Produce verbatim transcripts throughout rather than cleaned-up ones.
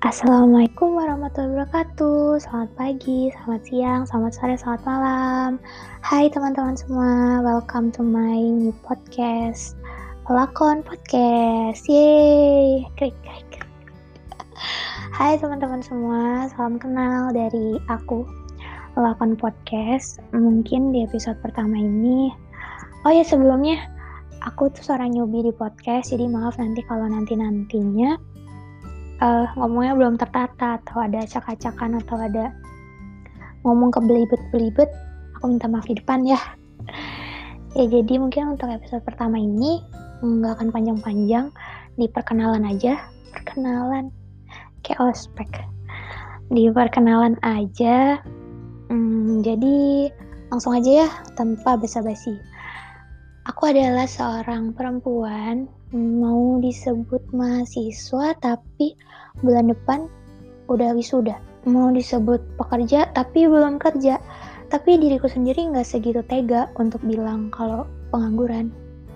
Assalamualaikum warahmatullahi wabarakatuh. Selamat pagi, selamat siang, selamat sore, selamat malam. Hai teman-teman semua, welcome to my new podcast, Pelakon Podcast. Yeay, krik krik. Hai teman-teman semua, salam kenal dari aku, Pelakon Podcast. Mungkin di episode pertama ini, oh ya sebelumnya, aku tuh seorang newbie di podcast, jadi maaf nanti kalau nanti-nantinya Uh, ngomongnya belum tertata atau ada acak-acakan atau ada ngomong kebelibet-belibet, aku minta maaf di depan ya. Ya jadi mungkin untuk episode pertama ini nggak akan panjang-panjang, di perkenalan aja, perkenalan kayak ospek, di perkenalan aja. Hmm, jadi langsung aja ya tanpa basa-basi. Aku adalah seorang perempuan, mau disebut mahasiswa tapi bulan depan udah wisuda. Mau disebut pekerja tapi belum kerja. Tapi diriku sendiri gak segitu tega untuk bilang kalau pengangguran.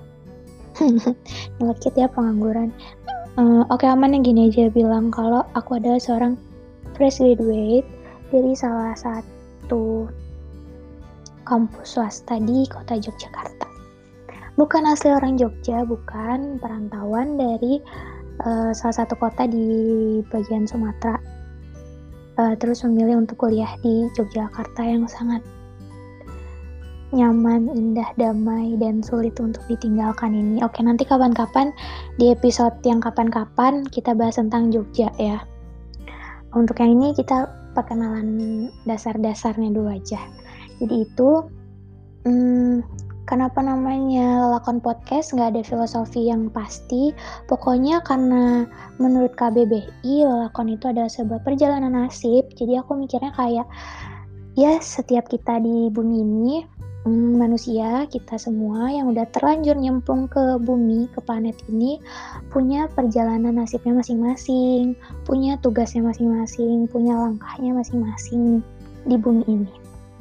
Nyelekit ya pengangguran. Uh, Oke okay, aman yang gini aja bilang kalau aku adalah seorang fresh graduate dari salah satu kampus swasta di kota Yogyakarta. Bukan asli orang Jogja, bukan perantauan dari uh, salah satu kota di bagian Sumatera. Uh, terus memilih untuk kuliah di Yogyakarta yang sangat nyaman, indah, damai, dan sulit untuk ditinggalkan ini. Oke, nanti kapan-kapan di episode yang kapan-kapan kita bahas tentang Jogja ya. Untuk yang ini kita perkenalan dasar-dasarnya dulu aja. Jadi itu... Hmm, Kenapa namanya Pelakon Podcast? Nggak ada filosofi yang pasti. Pokoknya karena menurut K B B I, Pelakon itu adalah sebuah perjalanan nasib. Jadi aku mikirnya kayak, ya setiap kita di bumi ini, hmm, manusia, kita semua yang udah terlanjur nyemplung ke bumi, ke planet ini, punya perjalanan nasibnya masing-masing, punya tugasnya masing-masing, punya langkahnya masing-masing di bumi ini.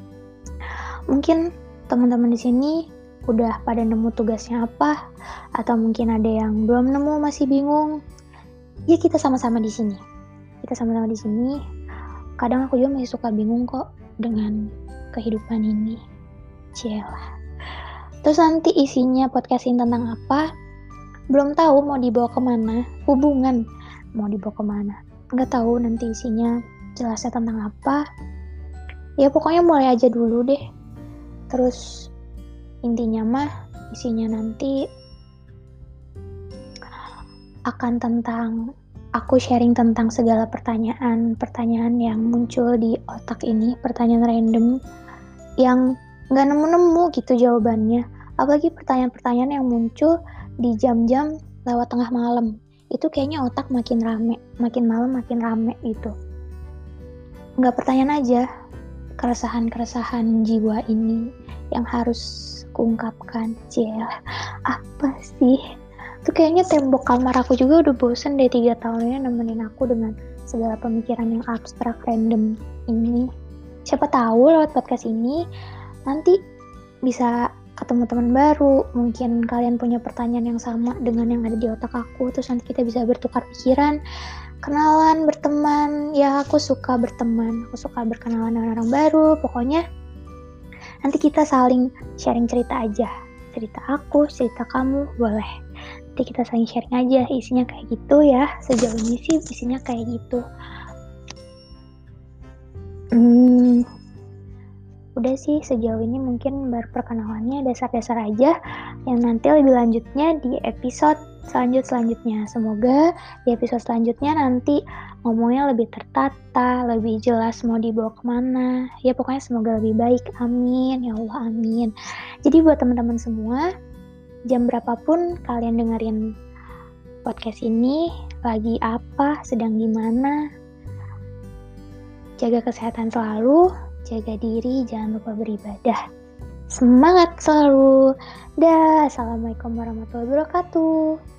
Mungkin teman-teman di sini udah pada nemu tugasnya apa, atau mungkin ada yang belum nemu masih bingung. Ya kita sama-sama di sini. Kita sama-sama di sini. Kadang aku juga masih suka bingung kok dengan kehidupan ini. Cielah. Terus nanti isinya podcastin tentang apa? Belum tahu mau dibawa kemana. Hubungan mau dibawa kemana? Nggak tahu nanti isinya jelasnya tentang apa. Ya pokoknya mulai aja dulu deh. Terus intinya mah isinya nanti akan tentang aku sharing tentang segala pertanyaan-pertanyaan yang muncul di otak ini, pertanyaan random yang gak nemu-nemu gitu jawabannya. Apalagi pertanyaan-pertanyaan yang muncul di jam-jam lewat tengah malam. Itu kayaknya otak makin rame, makin malam makin rame gitu. Gak pertanyaan aja, keresahan-keresahan jiwa ini yang harus kuungkapkan. Cielah, apa sih? Tuh kayaknya tembok kamar aku juga udah bosen deh tiga tahun ini nemenin aku dengan segala pemikiran yang abstrak random ini. Siapa tahu lewat podcast ini nanti bisa ketemu teman baru, mungkin kalian punya pertanyaan yang sama dengan yang ada di otak aku, terus nanti kita bisa bertukar pikiran, kenalan, berteman. Ya aku suka berteman, aku suka berkenalan dengan orang baru. Pokoknya nanti kita saling sharing cerita aja, cerita aku, cerita kamu, boleh. Nanti kita saling sharing aja, isinya kayak gitu ya. Sejauh ini sih isinya kayak gitu. Hmm, udah sih sejauh ini mungkin baru perkenalannya dasar-dasar aja. Yang nanti lebih lanjutnya di episode selanjut-selanjutnya. Semoga di episode selanjutnya nanti ngomongnya lebih tertata, lebih jelas mau dibawa kemana. Ya pokoknya semoga lebih baik. Amin. Ya Allah, amin. Jadi buat teman-teman semua, jam berapapun kalian dengerin podcast ini, lagi apa, sedang di mana, jaga kesehatan selalu, jaga diri, jangan lupa beribadah. Semangat selalu. Dah, assalamualaikum warahmatullahi wabarakatuh.